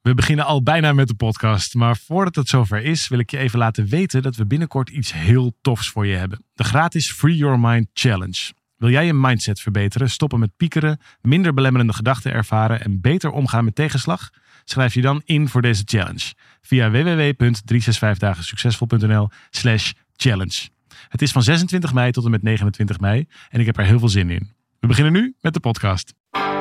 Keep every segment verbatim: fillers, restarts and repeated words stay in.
We beginnen al bijna met de podcast, maar voordat het zover is, wil ik je even laten weten dat we binnenkort iets heel tofs voor je hebben. De gratis Free Your Mind Challenge. Wil jij je mindset verbeteren, stoppen met piekeren, minder belemmerende gedachten ervaren en beter omgaan met tegenslag? Schrijf je dan in voor deze challenge via www punt driehonderdzesenzestig dagen succesvol punt n l slash challenge. Het is van zesentwintig mei tot en met negenentwintig mei en ik heb er heel veel zin in. We beginnen nu met de podcast.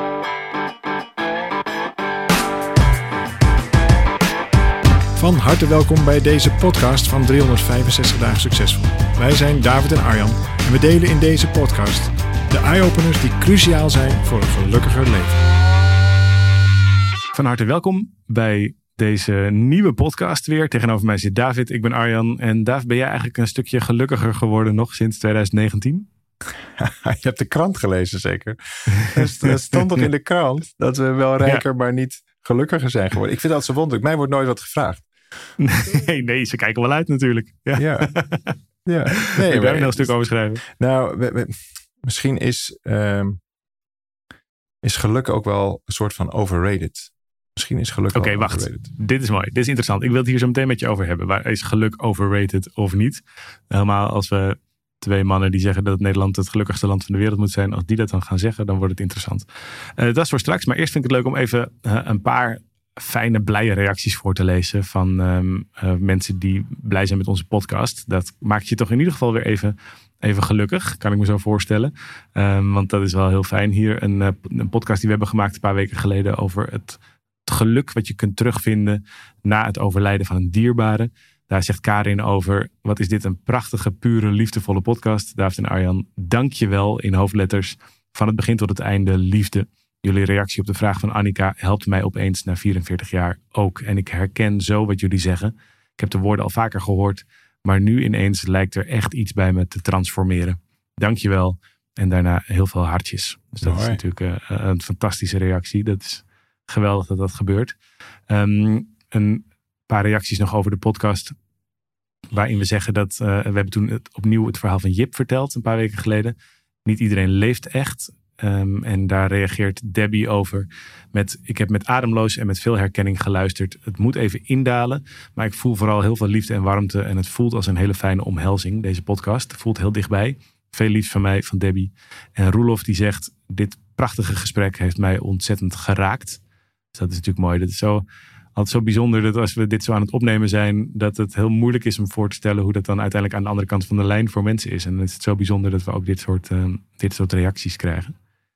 Van harte welkom bij deze podcast van driehonderdvijfenzestig dagen succesvol. Wij zijn David en Arjan en we delen in deze podcast de eye-openers die cruciaal zijn voor een gelukkiger leven. Van harte welkom bij deze nieuwe podcast weer. Tegenover mij zit David, ik ben Arjan. En David, ben jij eigenlijk een stukje gelukkiger geworden nog sinds twintig negentien? Je hebt de krant gelezen zeker. Er stond toch in de krant dat we wel rijker, ja. maar niet gelukkiger zijn geworden. Ik vind dat zo wonderlijk. Mij wordt nooit wat gevraagd. Nee, nee, ze kijken wel uit natuurlijk. Ja. Ja. Ja. Nee, ik ben een heel stuk over schrijven. Nou, we, we, misschien is, um, is geluk ook wel een soort van overrated. Misschien is geluk Oké, okay, wacht. overrated. Dit is mooi. Dit is interessant. Ik wil het hier zo meteen met je over hebben. Waar is geluk overrated of niet? Helemaal als we twee mannen die zeggen dat Nederland het gelukkigste land van de wereld moet zijn. Als die dat dan gaan zeggen, dan wordt het interessant. Uh, dat is voor straks. Maar eerst vind ik het leuk om even uh, een paar fijne, blije reacties voor te lezen van um, uh, mensen die blij zijn met onze podcast. Dat maakt je toch in ieder geval weer even, even gelukkig, kan ik me zo voorstellen. Um, want dat is wel heel fijn. Hier een, uh, een podcast die we hebben gemaakt een paar weken geleden over het, het geluk wat je kunt terugvinden na het overlijden van een dierbare. Daar zegt Karin over, wat is dit een prachtige, pure, liefdevolle podcast. David en Arjan, dank je wel in hoofdletters. Van het begin tot het einde, liefde. Jullie reactie op de vraag van Annika helpt mij opeens na vierenveertig jaar ook. En ik herken zo wat jullie zeggen. Ik heb de woorden al vaker gehoord. Maar nu ineens lijkt er echt iets bij me te transformeren. Dank je wel. En daarna heel veel hartjes. Dus dat Mooi. Is natuurlijk uh, een fantastische reactie. Dat is geweldig dat dat gebeurt. Um, een paar reacties nog over de podcast. Waarin we zeggen dat, uh, we hebben toen het, opnieuw het verhaal van Jip verteld. Een paar weken geleden. Niet iedereen leeft echt. Um, en daar reageert Debbie over met, ik heb met ademloos en met veel herkenning geluisterd. Het moet even indalen, maar ik voel vooral heel veel liefde en warmte. En het voelt als een hele fijne omhelzing, deze podcast. Het voelt heel dichtbij. Veel liefs van mij, van Debbie. En Roelof die zegt, dit prachtige gesprek heeft mij ontzettend geraakt. Dus dat is natuurlijk mooi. Dat is zo, altijd zo bijzonder dat als we dit zo aan het opnemen zijn, dat het heel moeilijk is om voor te stellen hoe dat dan uiteindelijk aan de andere kant van de lijn voor mensen is. En dan is het zo bijzonder dat we ook dit soort, uh, dit soort reacties krijgen.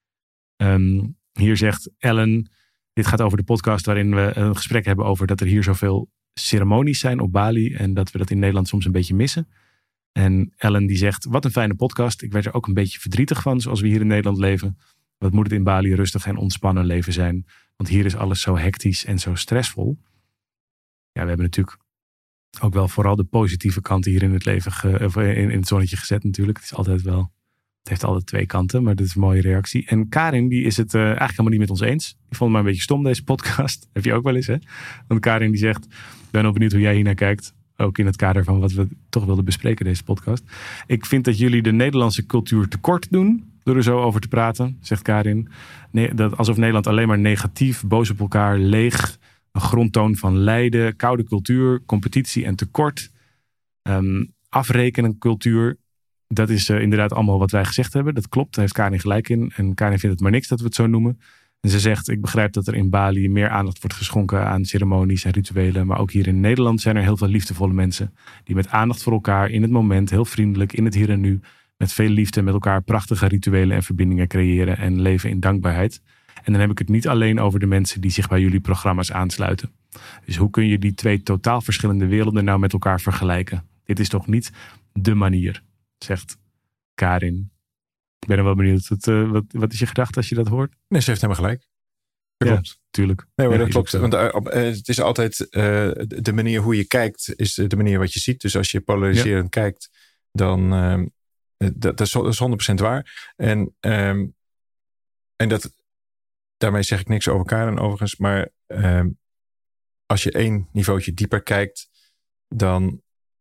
Um, hier zegt Ellen, dit gaat over de podcast waarin we een gesprek hebben over dat er hier zoveel ceremonies zijn op Bali en dat we dat in Nederland soms een beetje missen. En Ellen die zegt, wat een fijne podcast. Ik werd er ook een beetje verdrietig van zoals we hier in Nederland leven. Wat moet het in Bali rustig en ontspannen leven zijn? Want hier is alles zo hectisch en zo stressvol. Ja, we hebben natuurlijk ook wel vooral de positieve kanten hier in het leven, ge, of in, in het zonnetje gezet natuurlijk. Het is altijd wel... Het heeft altijd twee kanten, maar dat is een mooie reactie. En Karin, die is het uh, eigenlijk helemaal niet met ons eens. Die vond het maar een beetje stom, deze podcast. Heb je ook wel eens, hè? Want Karin die zegt, ik ben ook benieuwd hoe jij hier naar kijkt. Ook in het kader van wat we toch wilden bespreken, deze podcast. Ik vind dat jullie de Nederlandse cultuur tekort doen door er zo over te praten, zegt Karin. Nee, dat alsof Nederland alleen maar negatief, boos op elkaar, leeg, een grondtoon van lijden, koude cultuur, competitie en tekort, um, afrekenen cultuur. Dat is uh, inderdaad allemaal wat wij gezegd hebben. Dat klopt, daar heeft Karin gelijk in. En Karin vindt het maar niks dat we het zo noemen. En ze zegt, ik begrijp dat er in Bali meer aandacht wordt geschonken aan ceremonies en rituelen. Maar ook hier in Nederland zijn er heel veel liefdevolle mensen. Die met aandacht voor elkaar in het moment, heel vriendelijk, in het hier en nu, met veel liefde met elkaar prachtige rituelen en verbindingen creëren en leven in dankbaarheid. En dan heb ik het niet alleen over de mensen die zich bij jullie programma's aansluiten. Dus hoe kun je die twee totaal verschillende werelden nou met elkaar vergelijken? Dit is toch niet de manier, zegt Karin. Ik ben er wel benieuwd. Wat, uh, wat, wat is je gedachte als je dat hoort? Nee, ze heeft helemaal gelijk. Dat ja, klopt. Tuurlijk. Nee, maar ja, dat klopt. Want uh, het is altijd uh, de manier hoe je kijkt, is de manier wat je ziet. Dus als je polariserend ja. kijkt, dan uh, dat, dat is honderd procent waar. En, um, en dat, daarmee zeg ik niks over Karin overigens. Maar um, als je één niveautje dieper kijkt, dan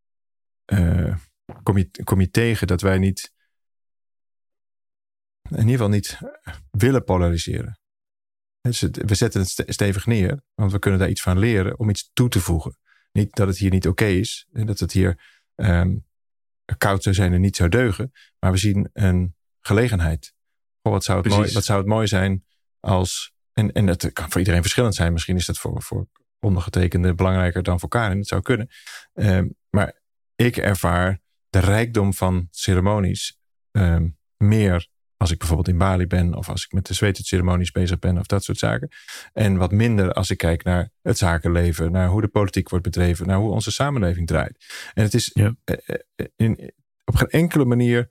uh, kom, je, kom je tegen dat wij niet, in ieder geval niet willen polariseren. Dus het, we zetten het stevig neer, want we kunnen daar iets van leren om iets toe te voegen. Niet dat het hier niet oké is, en dat het hier um, koud zou zijn en niet zou deugen, maar we zien een gelegenheid. Oh, wat, zou het mooi, wat zou het mooi zijn als, en, en het kan voor iedereen verschillend zijn, misschien is dat voor, voor ondergetekende belangrijker dan voor Karin, het zou kunnen. Um, maar ik ervaar de rijkdom van ceremonies um, meer als ik bijvoorbeeld in Bali ben of als ik met de zweetceremonies bezig ben of dat soort zaken. En wat minder als ik kijk naar het zakenleven, naar hoe de politiek wordt bedreven, naar hoe onze samenleving draait. En het is ja. in, op geen enkele manier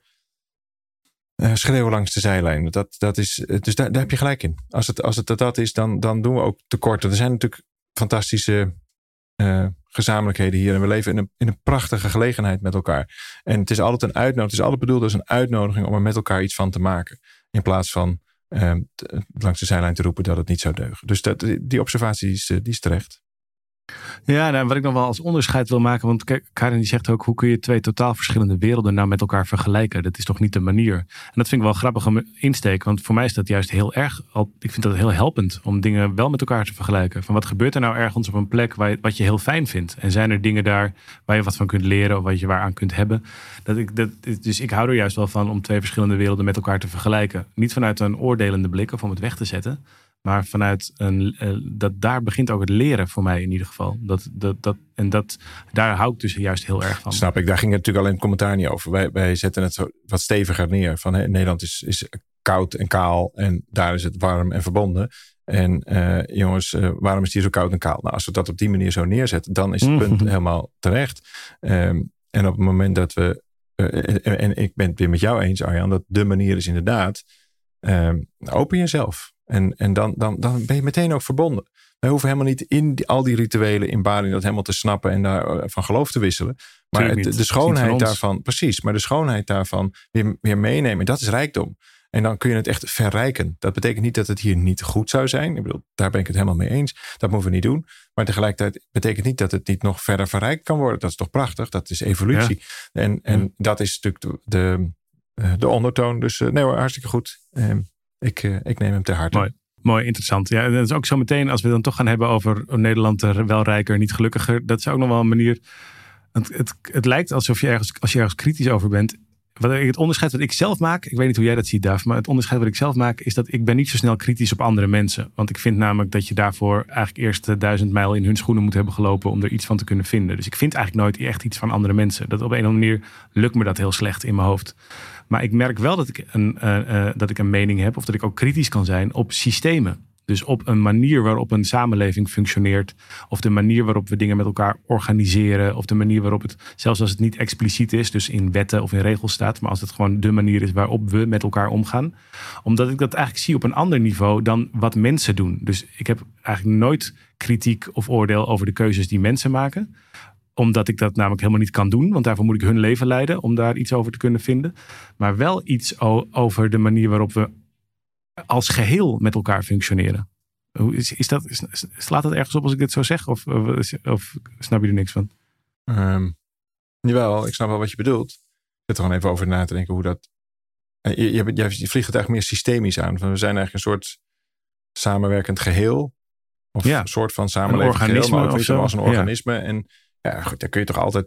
uh, schreeuwen langs de zijlijn. Dat, dat is, dus daar, daar heb je gelijk in. Als het, als het dat, dat is, dan, dan doen we ook tekort. Er zijn natuurlijk fantastische uh, gezamenlijkheden hier. En we leven in een, in een prachtige gelegenheid met elkaar. En het is altijd een uitnodiging. Het is altijd bedoeld als een uitnodiging om er met elkaar iets van te maken. In plaats van uh, te, langs de zijlijn te roepen dat het niet zou deugen. Dus dat, die observatie die is, die is terecht. Ja, nou, wat ik nog wel als onderscheid wil maken. Want kijk, Karin die zegt ook, hoe kun je twee totaal verschillende werelden nou met elkaar vergelijken? Dat is toch niet de manier? En dat vind ik wel een grappige insteek. Want voor mij is dat juist heel erg, ik vind dat heel helpend om dingen wel met elkaar te vergelijken. Van wat gebeurt er nou ergens op een plek waar je, wat je heel fijn vindt? En zijn er dingen daar waar je wat van kunt leren of wat je waaraan kunt hebben? Dat ik, dat, dus ik hou er juist wel van om twee verschillende werelden met elkaar te vergelijken. Niet vanuit een oordelende blik of om het weg te zetten. Maar vanuit een, uh, dat daar begint ook het leren voor mij in ieder geval. Dat, dat, dat, en dat, daar hou ik dus juist heel erg van. Snap ik, daar ging het natuurlijk al in het commentaar niet over. Wij, wij zetten het zo wat steviger neer. Van, hè, Nederland is, is koud en kaal en daar is het warm en verbonden. En uh, jongens, uh, waarom is het hier zo koud en kaal? Nou, als we dat op die manier zo neerzetten, dan is het punt mm-hmm. helemaal terecht. Um, en op het moment dat we, uh, en, en ik ben het weer met jou eens, Arjan, dat de manier is inderdaad, um, open jezelf. En, en dan, dan, dan ben je meteen ook verbonden. Wij hoeven helemaal niet in die, al die rituelen in Bali dat helemaal te snappen en daar van geloof te wisselen. Maar het, de schoonheid daarvan, precies, maar de schoonheid daarvan weer, weer meenemen, dat is rijkdom. En dan kun je het echt verrijken. Dat betekent niet dat het hier niet goed zou zijn. Ik bedoel, daar ben ik het helemaal mee eens. Dat moeten we niet doen. Maar tegelijkertijd betekent niet dat het niet nog verder verrijkt kan worden. Dat is toch prachtig? Dat is evolutie. Ja. En, en ja. dat is natuurlijk de, de, de ondertoon. Dus nee hoor, hartstikke goed. Um, Ik, uh, ik neem hem ter harte. Mooi, mooi, interessant. Ja, dat is ook zo meteen, als we dan toch gaan hebben over Nederland wel rijker, niet gelukkiger. Dat is ook nog wel een manier. Het, het, het lijkt alsof je ergens, als je ergens kritisch over bent. Wat, het onderscheid wat ik zelf maak, ik weet niet hoe jij dat ziet, Daaf, maar het onderscheid wat ik zelf maak is dat ik ben niet zo snel kritisch op andere mensen. Want ik vind namelijk dat je daarvoor eigenlijk eerst duizend mijl in hun schoenen moet hebben gelopen om er iets van te kunnen vinden. Dus ik vind eigenlijk nooit echt iets van andere mensen. Dat op een of andere manier lukt me dat heel slecht in mijn hoofd. Maar ik merk wel dat ik, een, uh, uh, dat ik een mening heb of dat ik ook kritisch kan zijn op systemen. Dus op een manier waarop een samenleving functioneert. Of de manier waarop we dingen met elkaar organiseren. Of de manier waarop het, zelfs als het niet expliciet is, dus in wetten of in regels staat. Maar als het gewoon de manier is waarop we met elkaar omgaan. Omdat ik dat eigenlijk zie op een ander niveau dan wat mensen doen. Dus ik heb eigenlijk nooit kritiek of oordeel over de keuzes die mensen maken. Omdat ik dat namelijk helemaal niet kan doen. Want daarvoor moet ik hun leven leiden om daar iets over te kunnen vinden. Maar wel iets o- over de manier waarop we als geheel met elkaar functioneren. Hoe is, is dat, slaat dat ergens op als ik dit zo zeg? Of, of, of snap je er niks van? Um, jawel, ik snap wel wat je bedoelt. Ik zit er gewoon even over na te denken hoe dat. Je, je, je vliegt het eigenlijk meer systemisch aan. We zijn eigenlijk een soort samenwerkend geheel. Of ja, een soort van samenlevend geheel, maar ook weer als een organisme. Ja. En ja, goed, daar kun je toch altijd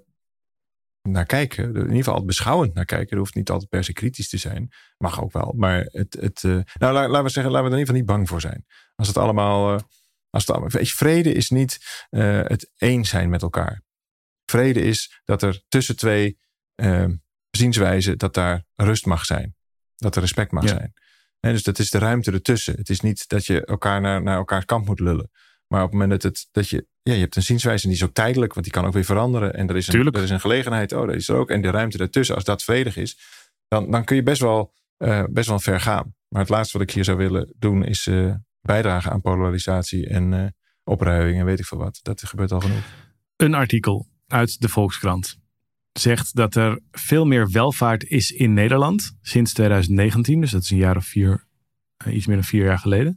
naar kijken. In ieder geval altijd beschouwend naar kijken. Er hoeft niet altijd per se kritisch te zijn. Mag ook wel. Maar het, het, uh, nou, la, laten we zeggen, laten we er in ieder geval niet bang voor zijn. Als het allemaal, uh, als het allemaal, weet je, vrede is niet uh, het eens zijn met elkaar. Vrede is dat er tussen twee uh, zienswijzen, dat daar rust mag zijn. Dat er respect mag ja. zijn. En dus dat is de ruimte ertussen. Het is niet dat je elkaar naar, naar elkaars kant moet lullen. Maar op het moment dat, het, dat je, ja, je hebt een zienswijze en die is ook tijdelijk, want die kan ook weer veranderen. En er is een, er is een gelegenheid, oh, dat is er ook. En de ruimte daartussen, als dat vredig is, dan, dan kun je best wel, uh, best wel ver gaan. Maar het laatste wat ik hier zou willen doen is uh, bijdragen aan polarisatie en uh, opruiing en weet ik veel wat. Dat gebeurt al genoeg. Een artikel uit de Volkskrant zegt dat er veel meer welvaart is in Nederland sinds twintig negentien. Dus dat is een jaar of vier, uh, iets meer dan vier jaar geleden.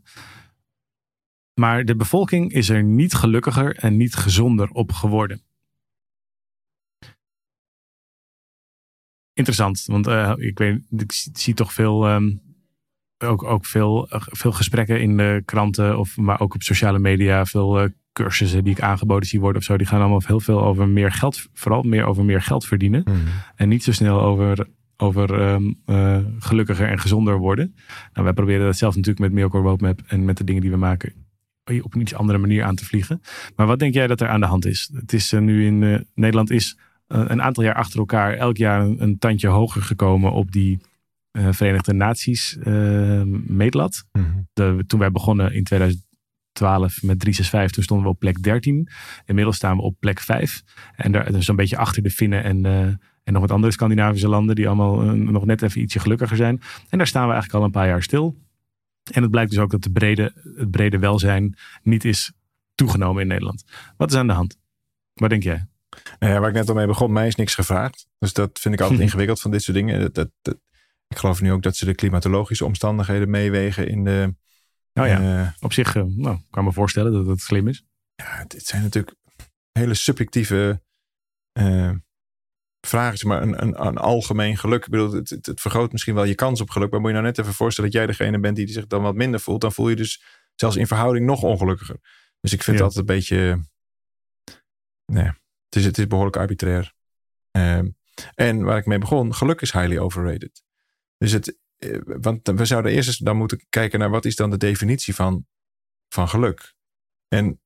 Maar de bevolking is er niet gelukkiger en niet gezonder op geworden. Interessant, want uh, ik, weet, ik zie toch veel um, ook, ook veel, veel gesprekken in de kranten, of, maar ook op sociale media. Veel uh, cursussen die ik aangeboden zie worden of zo. Die gaan allemaal heel veel over meer geld, vooral meer over meer geld verdienen. Mm. En niet zo snel over, over um, uh, gelukkiger en gezonder worden. Nou, wij proberen dat zelf natuurlijk met Miracle Roadmap en met de dingen die we maken op een iets andere manier aan te vliegen. Maar wat denk jij dat er aan de hand is? Het is uh, nu in uh, Nederland is uh, een aantal jaar achter elkaar elk jaar een, een tandje hoger gekomen op die uh, Verenigde Naties uh, meetlat. Mm-hmm. De, toen wij begonnen in tweeduizend twaalf met drie zes vijf, toen stonden we op plek dertien. Inmiddels staan we op plek vijf. En daar is een beetje achter de Finnen en, uh, en nog wat andere Scandinavische landen die allemaal uh, nog net even ietsje gelukkiger zijn. En daar staan we eigenlijk al een paar jaar stil. En het blijkt dus ook dat de brede, het brede welzijn niet is toegenomen in Nederland. Wat is aan de hand? Wat denk jij? Nou ja, waar ik net al mee begon, mij is niks gevraagd. Dus dat vind ik altijd ingewikkeld van dit soort dingen. Dat, dat, dat, ik geloof nu ook dat ze de klimatologische omstandigheden meewegen in de... Nou ja, uh, op zich uh, nou, kan me voorstellen dat het slim is. Ja, dit zijn natuurlijk hele subjectieve uh, vragen. Zeg maar een, een, een algemeen geluk. Ik bedoel, het, het, het vergroot misschien wel je kans op geluk. Maar moet je nou net even voorstellen dat jij degene bent die zich dan wat minder voelt. Dan voel je dus zelfs in verhouding nog ongelukkiger. Dus ik vind ja. het altijd een beetje... Nee, het is, het is behoorlijk arbitrair. Uh, en waar ik mee begon, geluk is highly overrated. Dus het... Want we zouden eerst eens dan moeten kijken naar wat is dan de definitie van, van geluk. En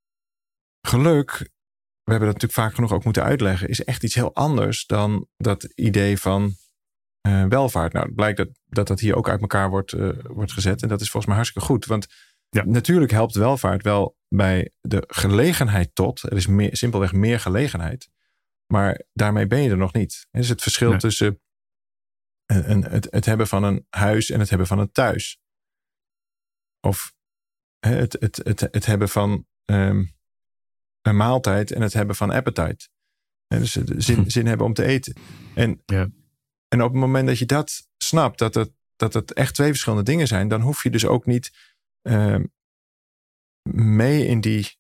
geluk, we hebben dat natuurlijk vaak genoeg ook moeten uitleggen, is echt iets heel anders dan dat idee van uh, welvaart. Nou, het blijkt dat, dat dat hier ook uit elkaar wordt, uh, wordt gezet. En dat is volgens mij hartstikke goed. Want ja. natuurlijk helpt welvaart wel bij de gelegenheid tot. Er is meer, simpelweg meer gelegenheid. Maar daarmee ben je er nog niet. Het is het verschil nee. tussen... En het, het hebben van een huis en het hebben van een thuis. Of het, het, het, het hebben van um, een maaltijd en het hebben van appetite. En dus zin, zin hebben om te eten. En, ja. en op het moment dat je dat snapt, dat het, dat het echt twee verschillende dingen zijn, dan hoef je dus ook niet um, mee in die,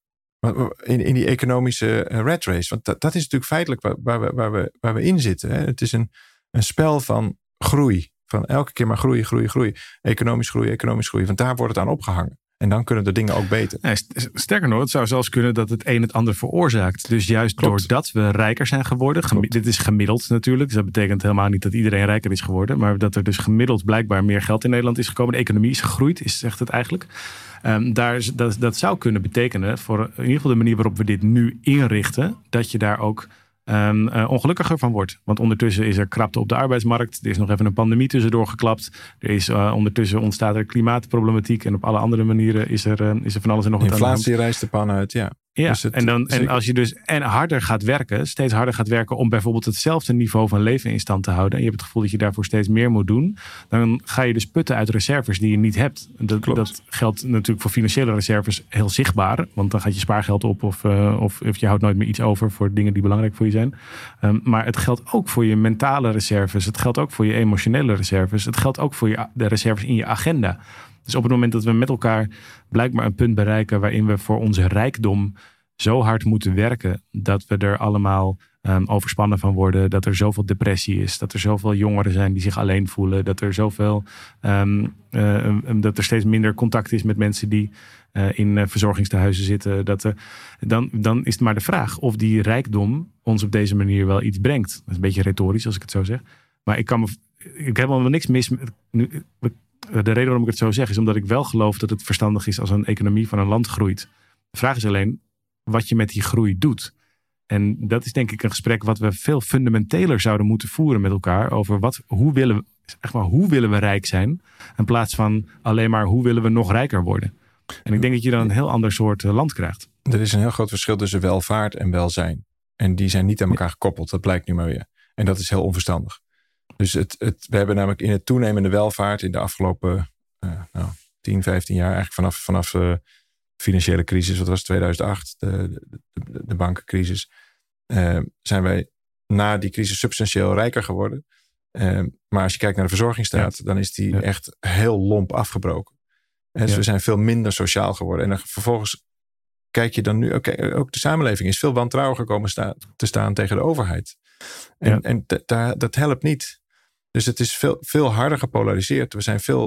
in, in die economische rat race. Want dat, dat is natuurlijk feitelijk waar, waar, we, waar, we, waar we in zitten. Hè. Het is een, een spel van groei. Van elke keer maar groeien, groeien, groeien. Economisch groeien, economisch groeien. Want daar wordt het aan opgehangen. En dan kunnen de dingen ook beter. Nee, sterker nog, het zou zelfs kunnen dat het een het ander veroorzaakt. Dus juist Klopt. doordat we rijker zijn geworden. Gemi- dit is gemiddeld natuurlijk. Dus dat betekent helemaal niet dat iedereen rijker is geworden. Maar dat er dus gemiddeld blijkbaar meer geld in Nederland is gekomen. De economie is gegroeid, is, zegt het eigenlijk. Um, daar is, dat, dat zou kunnen betekenen, voor in ieder geval de manier waarop we dit nu inrichten, dat je daar ook... Um, uh, ongelukkiger van wordt. Want ondertussen is er krapte op de arbeidsmarkt. Er is nog even een pandemie tussendoor geklapt. Er is uh, ondertussen ontstaat er klimaatproblematiek. En op alle andere manieren is er, uh, is er van alles en nog wat aan de hand. Inflatie rijst de pan uit, ja. Ja, dus het, en, dan, en als je dus en harder gaat werken, steeds harder gaat werken om bijvoorbeeld hetzelfde niveau van leven in stand te houden. En je hebt het gevoel dat je daarvoor steeds meer moet doen. Dan ga je dus putten uit reserves die je niet hebt. Dat, dat geldt natuurlijk voor financiële reserves heel zichtbaar. Want dan gaat je spaargeld op of, uh, of, of je houdt nooit meer iets over voor dingen die belangrijk voor je zijn. Um, maar het geldt ook voor je mentale reserves. Het geldt ook voor je emotionele reserves. Het geldt ook voor je, de reserves in je agenda. Dus op het moment dat we met elkaar blijkbaar een punt bereiken waarin we voor onze rijkdom zo hard moeten werken dat we er allemaal um, overspannen van worden. Dat er zoveel depressie is. Dat er zoveel jongeren zijn die zich alleen voelen. Dat er zoveel um, uh, um, dat er steeds minder contact is met mensen die uh, in uh, verzorgingstehuizen zitten. Dat, uh, dan, dan is het maar de vraag of die rijkdom ons op deze manier wel iets brengt. Dat is een beetje retorisch als ik het zo zeg. Maar ik kan me, ik heb wel niks mis met... Nu, de reden waarom ik het zo zeg is omdat ik wel geloof dat het verstandig is als een economie van een land groeit. De vraag is alleen wat je met die groei doet. En dat is denk ik een gesprek wat we veel fundamenteler zouden moeten voeren met elkaar over wat, hoe willen we, zeg maar, hoe willen we rijk zijn in plaats van alleen maar hoe willen we nog rijker worden. En ik denk dat je dan een heel ander soort land krijgt. Er is een heel groot verschil tussen welvaart en welzijn. En die zijn niet aan elkaar gekoppeld. Dat blijkt nu maar weer. En dat is heel onverstandig. Dus het, het, we hebben namelijk in het toenemende welvaart in de afgelopen uh, nou, tien, vijftien jaar, eigenlijk vanaf, vanaf uh, financiële crisis, wat was tweeduizend acht, de, de, de bankencrisis, uh, zijn wij na die crisis substantieel rijker geworden. Uh, maar als je kijkt naar de verzorgingsstaat, ja. dan is die ja. echt heel lomp afgebroken. En dus ja. we zijn veel minder sociaal geworden. En dan vervolgens kijk je dan nu, okay, ook de samenleving is veel wantrouwiger komen sta, te staan tegen de overheid. En, ja. en d- daar, dat helpt niet. Dus het is veel, veel harder gepolariseerd. We zijn veel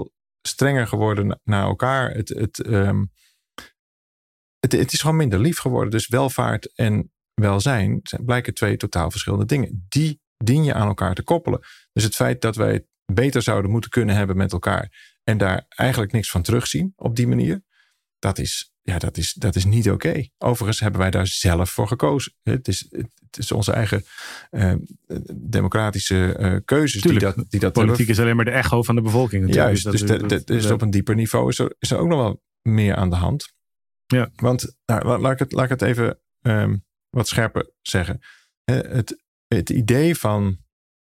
strenger geworden naar elkaar. Het, het, um, het, het is gewoon minder lief geworden. Dus welvaart en welzijn zijn, blijken twee totaal verschillende dingen. Die dien je aan elkaar te koppelen. Dus het feit dat wij het beter zouden moeten kunnen hebben met elkaar en daar eigenlijk niks van terugzien op die manier, dat is, ja, dat is, dat is niet oké. Okay. Overigens hebben wij daar zelf voor gekozen. Het is, het is onze eigen uh, democratische uh, keuzes. Tuurlijk, die dat, die dat politiek hebben. is alleen maar de echo van de bevolking. Natuurlijk. Juist, dus, dat, de, dat, de, dus dat, op een dieper niveau is er, is er ook nog wel meer aan de hand. Ja. Want nou, laat, laat, ik het, laat ik het even um, wat scherper zeggen. Uh, het, het idee van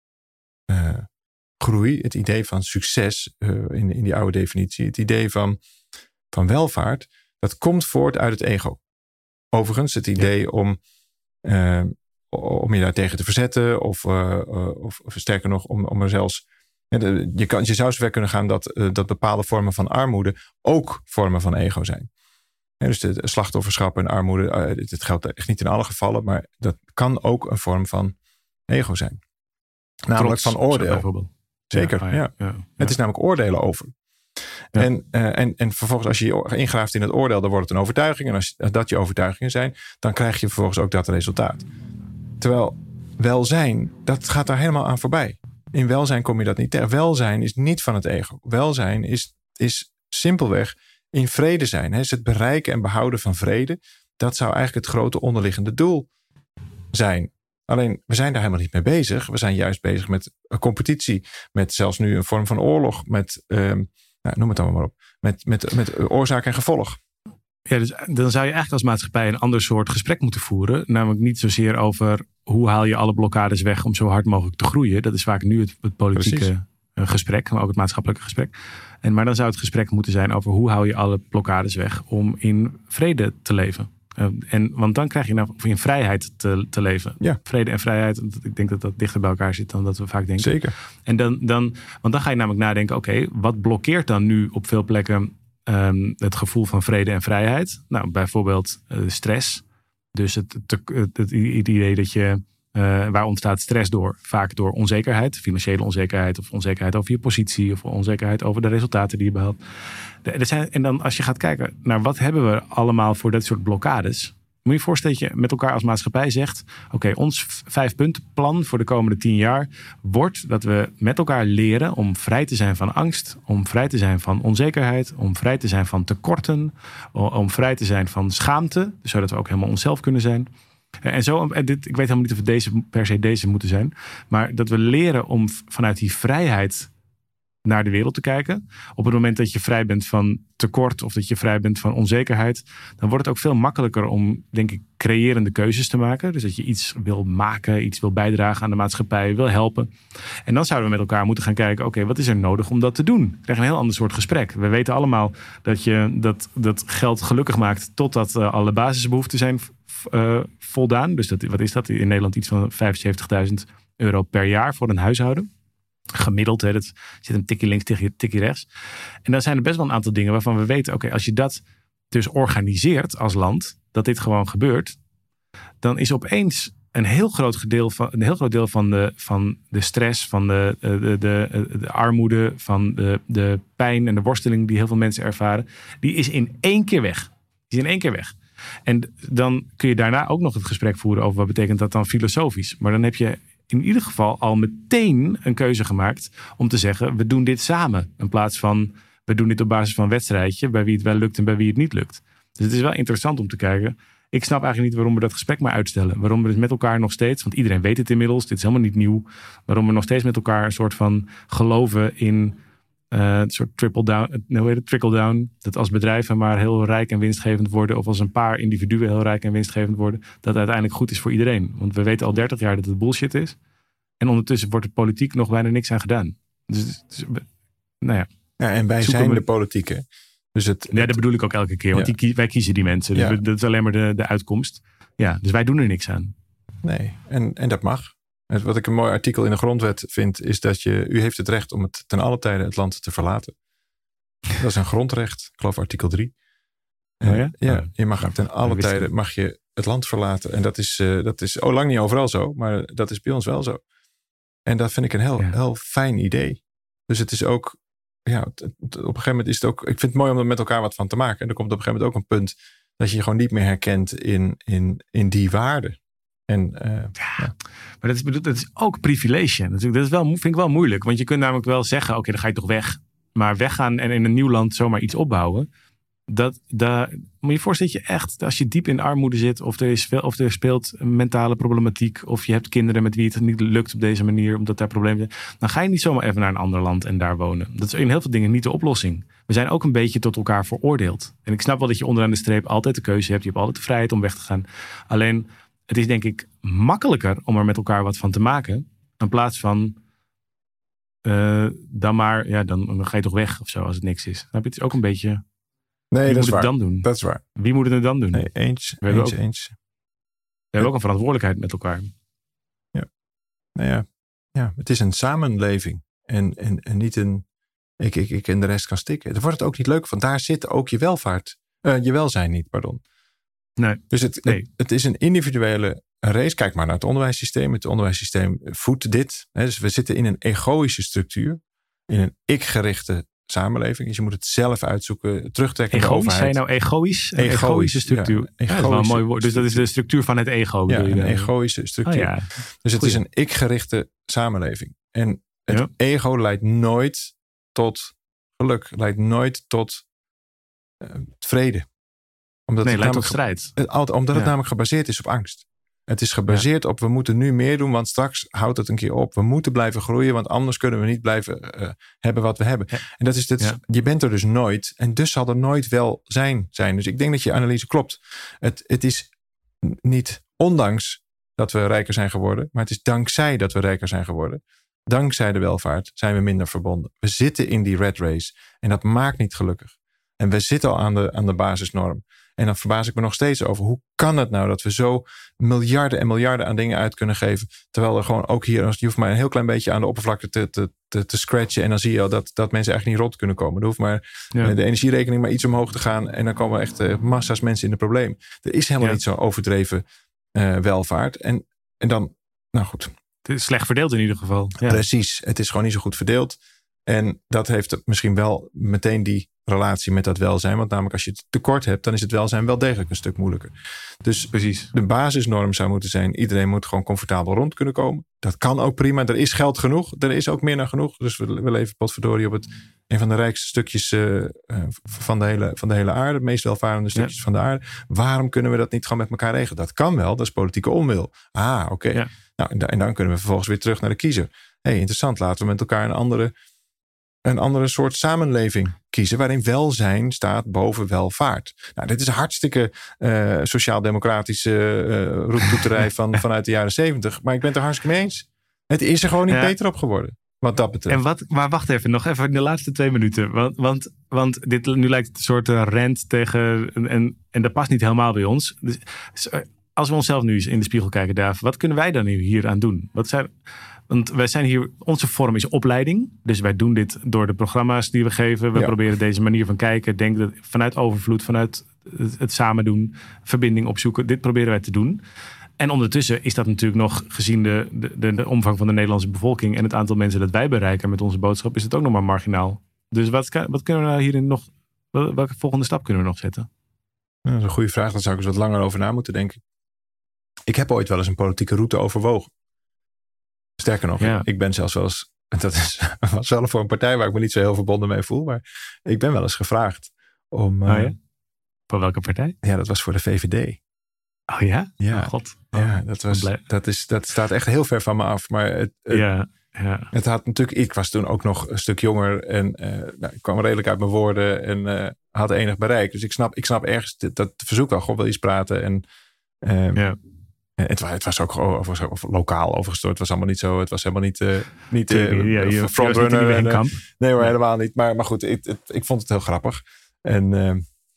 uh, groei, het idee van succes uh, in, in die oude definitie, het idee van, van welvaart, dat komt voort uit het ego. Overigens, het idee ja. om, uh, om je daar tegen te verzetten, of, uh, uh, of, of sterker nog, om, om er zelfs. Je, kan, je zou zover kunnen gaan dat, uh, dat bepaalde vormen van armoede ook vormen van ego zijn. Ja, dus de slachtofferschap en armoede, uh, dit geldt echt niet in alle gevallen, maar dat kan ook een vorm van ego zijn. Namelijk Trots, van oordeel. Bijvoorbeeld. Zeker, ja, ja. Ja, ja. Het is namelijk oordelen over. Ja. En, uh, en, en vervolgens als je je ingraaft in het oordeel, dan wordt het een overtuiging. En als dat je overtuigingen zijn, dan krijg je vervolgens ook dat resultaat. Terwijl welzijn, dat gaat daar helemaal aan voorbij. In welzijn kom je dat niet tegen. Welzijn is niet van het ego. Welzijn is, is simpelweg in vrede zijn. Hè? Is het bereiken en behouden van vrede. Dat zou eigenlijk het grote onderliggende doel zijn. Alleen, we zijn daar helemaal niet mee bezig. We zijn juist bezig met een competitie. Met zelfs nu een vorm van oorlog. Met, um, nou, noem het allemaal maar op. Met, met, met oorzaak en gevolg. Ja, dus dan zou je eigenlijk als maatschappij een ander soort gesprek moeten voeren. Namelijk niet zozeer over hoe haal je alle blokkades weg om zo hard mogelijk te groeien. Dat is vaak nu het, het politieke Precies. gesprek, maar ook het maatschappelijke gesprek. En, maar dan zou het gesprek moeten zijn over hoe haal je alle blokkades weg om in vrede te leven. Uh, en, want dan krijg je nou in vrijheid te, te leven. Ja. Vrede en vrijheid, ik denk dat dat dichter bij elkaar zit dan dat we vaak denken. Zeker. En dan, dan, want dan ga je namelijk nadenken, oké, okay, wat blokkeert dan nu op veel plekken um, het gevoel van vrede en vrijheid? Nou, bijvoorbeeld uh, stress. Dus het, het, het, het idee dat je, uh, waar ontstaat stress door? Vaak door onzekerheid, financiële onzekerheid of onzekerheid over je positie of onzekerheid over de resultaten die je behaalt. Er zijn, en dan als je gaat kijken naar wat hebben we allemaal voor dat soort blokkades. Moet je je voorstellen dat je met elkaar als maatschappij zegt, oké, okay, ons vijfpuntenplan voor de komende tien jaar wordt dat we met elkaar leren om vrij te zijn van angst, om vrij te zijn van onzekerheid, om vrij te zijn van tekorten, om vrij te zijn van schaamte, zodat we ook helemaal onszelf kunnen zijn. En zo, en dit, ik weet helemaal niet of het deze, per se deze moeten zijn, maar dat we leren om vanuit die vrijheid naar de wereld te kijken. Op het moment dat je vrij bent van tekort of dat je vrij bent van onzekerheid, dan wordt het ook veel makkelijker om, denk ik, creërende keuzes te maken. Dus dat je iets wil maken, iets wil bijdragen aan de maatschappij, wil helpen. En dan zouden we met elkaar moeten gaan kijken, oké, okay, wat is er nodig om dat te doen? We krijgen een heel ander soort gesprek. We weten allemaal dat je dat, dat geld gelukkig maakt totdat uh, alle basisbehoeften zijn uh, voldaan. Dus dat, wat is dat? In Nederland iets van vijfenzeventigduizend euro per jaar voor een huishouden. Gemiddeld, hè, dat zit een tikje links, tikje, tikje rechts. En dan zijn er best wel een aantal dingen waarvan we weten, oké, okay, als je dat dus organiseert als land, dat dit gewoon gebeurt, dan is opeens een heel groot deel van, een heel groot deel van de, van de stress, van de, de, de, de armoede, van de, de pijn en de worsteling die heel veel mensen ervaren, die is in één keer weg. Die is in één keer weg. En dan kun je daarna ook nog het gesprek voeren over wat betekent dat dan filosofisch. Maar dan heb je in ieder geval al meteen een keuze gemaakt om te zeggen, we doen dit samen. In plaats van, we doen dit op basis van een wedstrijdje, bij wie het wel lukt en bij wie het niet lukt. Dus het is wel interessant om te kijken. Ik snap eigenlijk niet waarom we dat gesprek maar uitstellen. Waarom we dus met elkaar nog steeds, want iedereen weet het inmiddels, dit is helemaal niet nieuw. Waarom we nog steeds met elkaar een soort van geloven in uh, een soort triple down, hoe heet het, trickle down. Dat als bedrijven maar heel rijk en winstgevend worden, of als een paar individuen heel rijk en winstgevend worden, dat het uiteindelijk goed is voor iedereen. Want we weten al dertig jaar dat het bullshit is. En ondertussen wordt de politiek nog bijna niks aan gedaan. Dus, dus nou ja. Ja, en wij zijn we de politiek, hè? Dus het, ja, dat bedoel ik ook elke keer. Want ja. die, wij kiezen die mensen. Dus ja. we, dat is alleen maar de, de uitkomst. Ja, dus wij doen er niks aan. Nee, en, en dat mag. Wat ik een mooi artikel in de grondwet vind, is dat je, u heeft het recht om het ten alle tijde het land te verlaten. Dat is een grondrecht. Ik geloof artikel drie. Oh ja? Ja, je mag ten alle tijden mag je het land verlaten. En dat is, uh, dat is oh, lang niet overal zo, maar dat is bij ons wel zo. En dat vind ik een heel, ja. heel fijn idee. Dus het is ook ja, op een gegeven moment is het ook... Ik vind het mooi om er met elkaar wat van te maken. En er komt op een gegeven moment ook een punt dat je je gewoon niet meer herkent in, in, in die waarden. En, uh, ja, ja. Maar dat is, dat is ook privilege. Dat is wel, vind ik wel moeilijk. Want je kunt namelijk wel zeggen, oké, okay, dan ga je toch weg. Maar weggaan en in een nieuw land zomaar iets opbouwen. Dat, dat, moet je voorstellen dat je echt, als je diep in de armoede zit. Of er, is, of er speelt mentale problematiek. Of je hebt kinderen met wie het niet lukt op deze manier. Omdat daar problemen zijn. Dan ga je niet zomaar even naar een ander land en daar wonen. Dat is in heel veel dingen niet de oplossing. We zijn ook een beetje tot elkaar veroordeeld. En ik snap wel dat je onderaan de streep altijd de keuze hebt. Je hebt altijd de vrijheid om weg te gaan. Alleen... Het is denk ik makkelijker om er met elkaar wat van te maken. In plaats van uh, dan maar, ja, dan, dan ga je toch weg of zo als het niks is. Dan heb je het ook een beetje. Nee, wie dat moet is waar. het dan doen? Dat is waar. Wie moet het dan doen? Nee, eens, we hebben eens, ook, eens. We hebben ook een verantwoordelijkheid met elkaar. Ja, nou ja, ja het is een samenleving. En, en, en niet een ik, ik, ik en de rest kan stikken. Dan wordt het ook niet leuk, want daar zit ook je welvaart. Uh, je welzijn niet, pardon. Nee. Dus het, nee. het, het is een individuele race. Kijk maar naar het onderwijssysteem. Het onderwijssysteem voedt dit. Hè, dus we zitten in een egoïsche structuur. In een ik-gerichte samenleving. Dus je moet het zelf uitzoeken. Terugtrekken egoïsch, in de overheid. Zijn nou egoïsch? Een egoïsch, egoïsche structuur. Ja, egoïsche ja, dat is wel een mooi woord. Dus dat is de structuur van het ego. Ja, je een dan? egoïsche structuur. Oh, ja. Dus het Goeie. is een ik-gerichte samenleving. En het ja. ego leidt nooit tot geluk. Leidt nooit tot uh, vrede. Omdat nee, het leidt tot strijd. Het, omdat het ja. namelijk gebaseerd is op angst. Het is gebaseerd ja. op we moeten nu meer doen, want straks houdt het een keer op. We moeten blijven groeien, want anders kunnen we niet blijven uh, hebben wat we hebben. Ja. En dat is dit, ja. je bent er dus nooit. En dus zal er nooit wel zijn zijn. Dus ik denk dat je analyse klopt. Het, het is niet ondanks dat we rijker zijn geworden, maar het is dankzij dat we rijker zijn geworden. Dankzij de welvaart zijn we minder verbonden. We zitten in die rat race en dat maakt niet gelukkig. En we zitten al aan de, aan de basisnorm. En dan verbaas ik me nog steeds over. Hoe kan het nou dat we zo miljarden en miljarden aan dingen uit kunnen geven. Terwijl er gewoon ook hier, je hoeft maar een heel klein beetje aan de oppervlakte te, te, te, te scratchen. En dan zie je al dat, dat mensen eigenlijk niet rond kunnen komen. Er hoeft maar ja. de energierekening maar iets omhoog te gaan. En dan komen echt uh, massa's mensen in de problemen. Er is helemaal ja. niet zo overdreven uh, welvaart. En, en dan, nou goed. Het is slecht verdeeld in ieder geval. Ja. Precies, het is gewoon niet zo goed verdeeld. En dat heeft misschien wel meteen die relatie met dat welzijn. Want namelijk als je het tekort hebt, dan is het welzijn wel degelijk een stuk moeilijker. Dus precies. De basisnorm zou moeten zijn, iedereen moet gewoon comfortabel rond kunnen komen. Dat kan ook prima. Er is geld genoeg. Er is ook meer dan genoeg. Dus we, we leven potverdorie op het een van de rijkste stukjes uh, van, de hele, van de hele aarde. Het meest welvarende stukjes ja. van de aarde. Waarom kunnen we dat niet gewoon met elkaar regelen? Dat kan wel. Dat is politieke onwil. Ah, oké. Okay. Ja. Nou, en, en dan kunnen we vervolgens weer terug naar de kiezer. Hé, hey, interessant. Laten we met elkaar een andere... een andere soort samenleving kiezen, waarin welzijn staat boven welvaart. Nou, dit is een hartstikke uh, sociaal-democratische uh, roeptoeterij van, vanuit de jaren zeventig. Maar ik ben het er hartstikke mee eens. Het is er gewoon niet ja. beter op geworden, wat dat betreft. En wat, maar wacht even, nog even in de laatste twee minuten. Want, want, want dit, nu lijkt het een soort uh, rant tegen... En, en dat past niet helemaal bij ons. Dus, als we onszelf nu eens in de spiegel kijken, Daaf, wat kunnen wij dan nu hier aan doen? Wat zijn... Want wij zijn hier, onze vorm is opleiding. Dus wij doen dit door de programma's die we geven. We ja. proberen deze manier van kijken, denken vanuit overvloed, vanuit het, het samen doen, verbinding opzoeken. Dit proberen wij te doen. En ondertussen is dat natuurlijk nog, gezien de, de, de omvang van de Nederlandse bevolking en het aantal mensen dat wij bereiken met onze boodschap, is het ook nog maar marginaal. Dus wat, wat kunnen we nou hierin nog, welke volgende stap kunnen we nog zetten? Dat is een goede vraag. Daar zou ik eens wat langer over na moeten denken. Ik heb ooit wel eens een politieke route overwogen. Sterker nog, ja. ik ben zelfs wel eens, dat is, was wel voor een partij waar ik me niet zo heel verbonden mee voel, maar ik ben wel eens gevraagd om... Oh ja? Voor welke partij? Ja, dat was voor de V V D. Oh ja? Ja, oh God. Oh, ja dat, was, dat, is, dat staat echt heel ver van me af. Maar het, het, ja, ja. het had natuurlijk, ik was toen ook nog een stuk jonger en uh, nou, ik kwam redelijk uit mijn woorden en uh, had enig bereik. Dus ik snap, ik snap ergens dat, dat verzoek wel, God wil iets praten en... Uh, ja. Het, het was ook of, of, lokaal overgestort. Het was allemaal niet zo. Het was helemaal niet, uh, niet uh, ja, je, frontrunner. En, uh, nee hoor, helemaal niet. Maar, maar goed, ik, het, ik vond het heel grappig. En uh,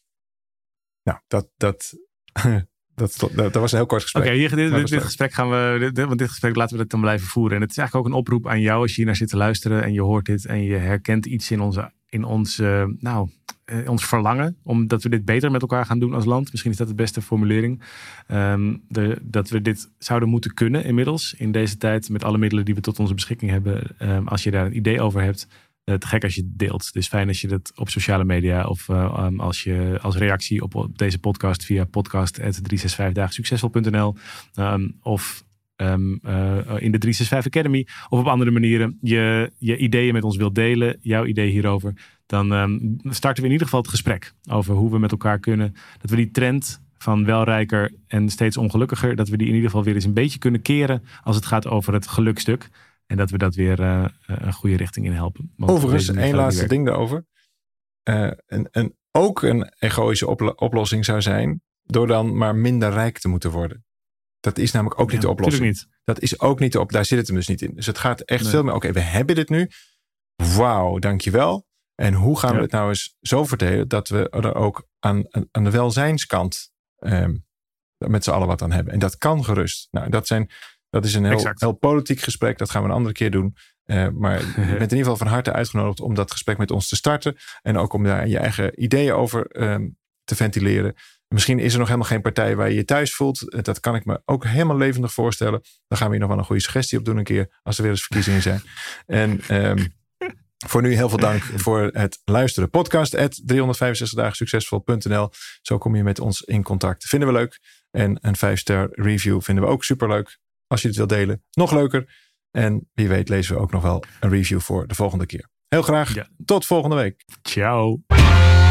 nou, dat, dat, dat, dat, dat was een heel kort gesprek. Oké, okay, dit, dit, dit gesprek gaan we, dit, want dit gesprek laten we het dan blijven voeren. En het is eigenlijk ook een oproep aan jou als je hier naar zit te luisteren en je hoort dit en je herkent iets in onze, in ons, uh, nou, uh, ons verlangen, omdat we dit beter met elkaar gaan doen als land. Misschien is dat de beste formulering. Um, de, dat we dit zouden moeten kunnen inmiddels in deze tijd met alle middelen die we tot onze beschikking hebben. Um, als je daar een idee over hebt, te gek als je het deelt. Dus fijn als je dat op sociale media of uh, um, als je als reactie op, op deze podcast via podcast at driehonderdzesenzestig dagen succesvol punt n l um, of um, uh, in de driehonderdzesenzestig Academy of op andere manieren je, je ideeën met ons wilt delen, jouw idee hierover, dan um, starten we in ieder geval het gesprek over hoe we met elkaar kunnen, dat we die trend van welrijker en steeds ongelukkiger, dat we die in ieder geval weer eens een beetje kunnen keren als het gaat over het gelukstuk. En dat we dat weer uh, een goede richting in helpen. Want overigens, één laatste ding daarover. Uh, en, en ook een egoïsche oplo- oplossing zou zijn door dan maar minder rijk te moeten worden. Dat is namelijk ook ja, niet de oplossing. Niet. Dat is ook niet de op. Daar zit het hem dus niet in. Dus het gaat echt nee. veel meer. Oké, okay, we hebben dit nu. Wauw, dankjewel. En hoe gaan ja. we het nou eens zo verdelen dat we er ook aan, aan de welzijnskant um, met z'n allen wat aan hebben. En dat kan gerust. Nou, dat zijn... Dat is een heel, heel politiek gesprek. Dat gaan we een andere keer doen. Uh, maar je bent in ieder geval van harte uitgenodigd om dat gesprek met ons te starten. En ook om daar je eigen ideeën over um, te ventileren. Misschien is er nog helemaal geen partij waar je je thuis voelt. Dat kan ik me ook helemaal levendig voorstellen. Dan gaan we hier nog wel een goede suggestie op doen een keer. Als er weer eens verkiezingen zijn. En um, voor nu heel veel dank voor het luisteren. Podcast at driehonderdvijfenzestig dagen succesvol punt n l. Zo kom je met ons in contact. Vinden we leuk. En een vijf-ster review vinden we ook superleuk. Als je het wilt delen, nog leuker. En wie weet lezen we ook nog wel een review voor de volgende keer. Heel graag. Ja. Tot volgende week. Ciao.